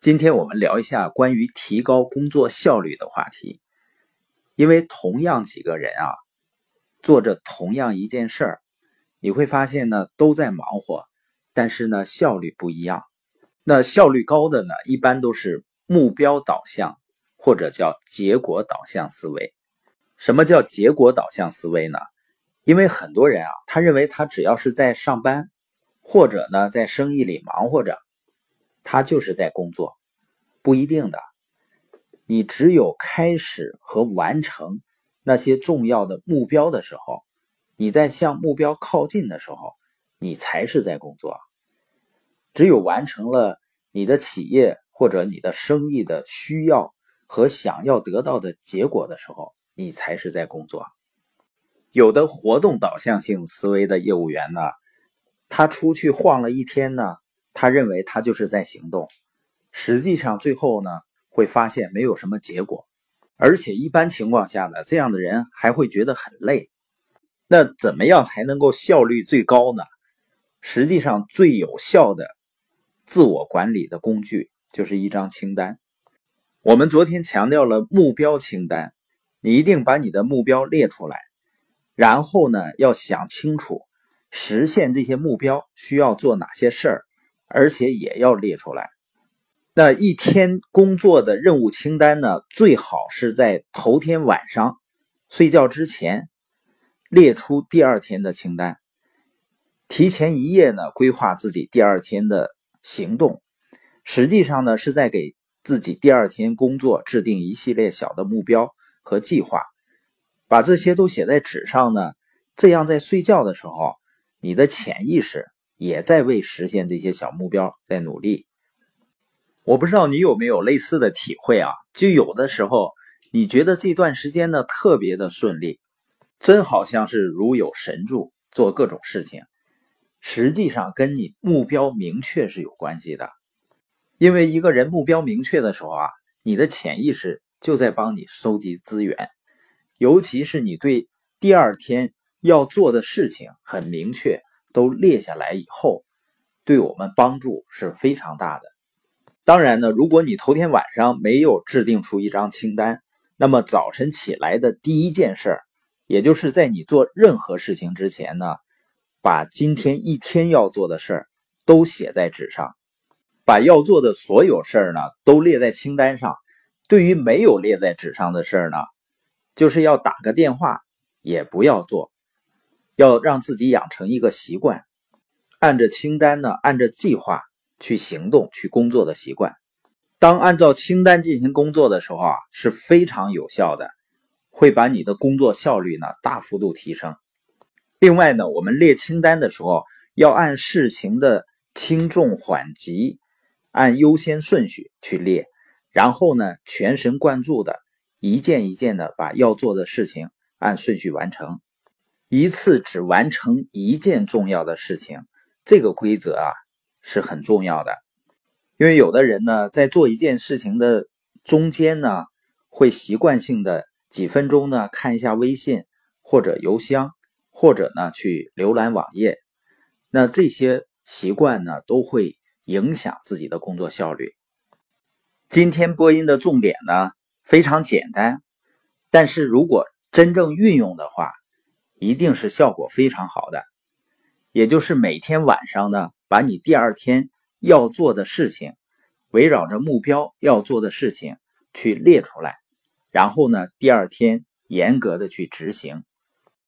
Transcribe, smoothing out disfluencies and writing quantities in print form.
今天我们聊一下关于提高工作效率的话题。因为同样几个人做着同样一件事儿，你会发现呢都在忙活，但是呢效率不一样。那效率高的呢，一般都是目标导向，或者叫结果导向思维。什么叫结果导向思维呢？因为很多人他认为他只要是在上班，或者呢在生意里忙活着，他就是在工作。不一定的，你只有开始和完成那些重要的目标的时候，你在向目标靠近的时候，你才是在工作。只有完成了你的企业或者你的生意的需要和想要得到的结果的时候，你才是在工作。有的活动导向性思维的业务员呢，他出去晃了一天呢，他认为他就是在行动，实际上最后呢会发现没有什么结果，而且一般情况下呢，这样的人还会觉得很累。那怎么样才能够效率最高呢？实际上最有效的自我管理的工具就是一张清单。我们昨天强调了目标清单，你一定把你的目标列出来，然后呢要想清楚实现这些目标需要做哪些事儿，而且也要列出来。那一天工作的任务清单呢，最好是在头天晚上睡觉之前列出第二天的清单，提前一夜呢规划自己第二天的行动，实际上呢是在给自己第二天工作制定一系列小的目标和计划。把这些都写在纸上呢，这样在睡觉的时候，你的潜意识也在为实现这些小目标在努力。我不知道你有没有类似的体会就有的时候你觉得这段时间呢特别的顺利，真好像是如有神助，做各种事情，实际上跟你目标明确是有关系的。因为一个人目标明确的时候你的潜意识就在帮你收集资源，尤其是你对第二天要做的事情很明确，都列下来以后，对我们帮助是非常大的。当然呢，如果你头天晚上没有制定出一张清单，那么早晨起来的第一件事，也就是在你做任何事情之前呢，把今天一天要做的事都写在纸上，把要做的所有事呢都列在清单上。对于没有列在纸上的事呢，就是要打个电话也不要做，要让自己养成一个习惯，按着清单呢，按着计划去行动去工作的习惯。当按照清单进行工作的时候是非常有效的，会把你的工作效率呢大幅度提升。另外呢，我们列清单的时候要按事情的轻重缓急，按优先顺序去列，然后呢全神贯注的一件一件的把要做的事情按顺序完成，一次只完成一件重要的事情。这个规则是很重要的。因为有的人呢在做一件事情的中间呢，会习惯性的几分钟呢看一下微信或者邮箱，或者呢去浏览网页。那这些习惯呢都会影响自己的工作效率。今天播音的重点呢非常简单，但是如果真正运用的话，一定是效果非常好的。也就是每天晚上呢，把你第二天要做的事情，围绕着目标要做的事情去列出来，然后呢第二天严格的去执行。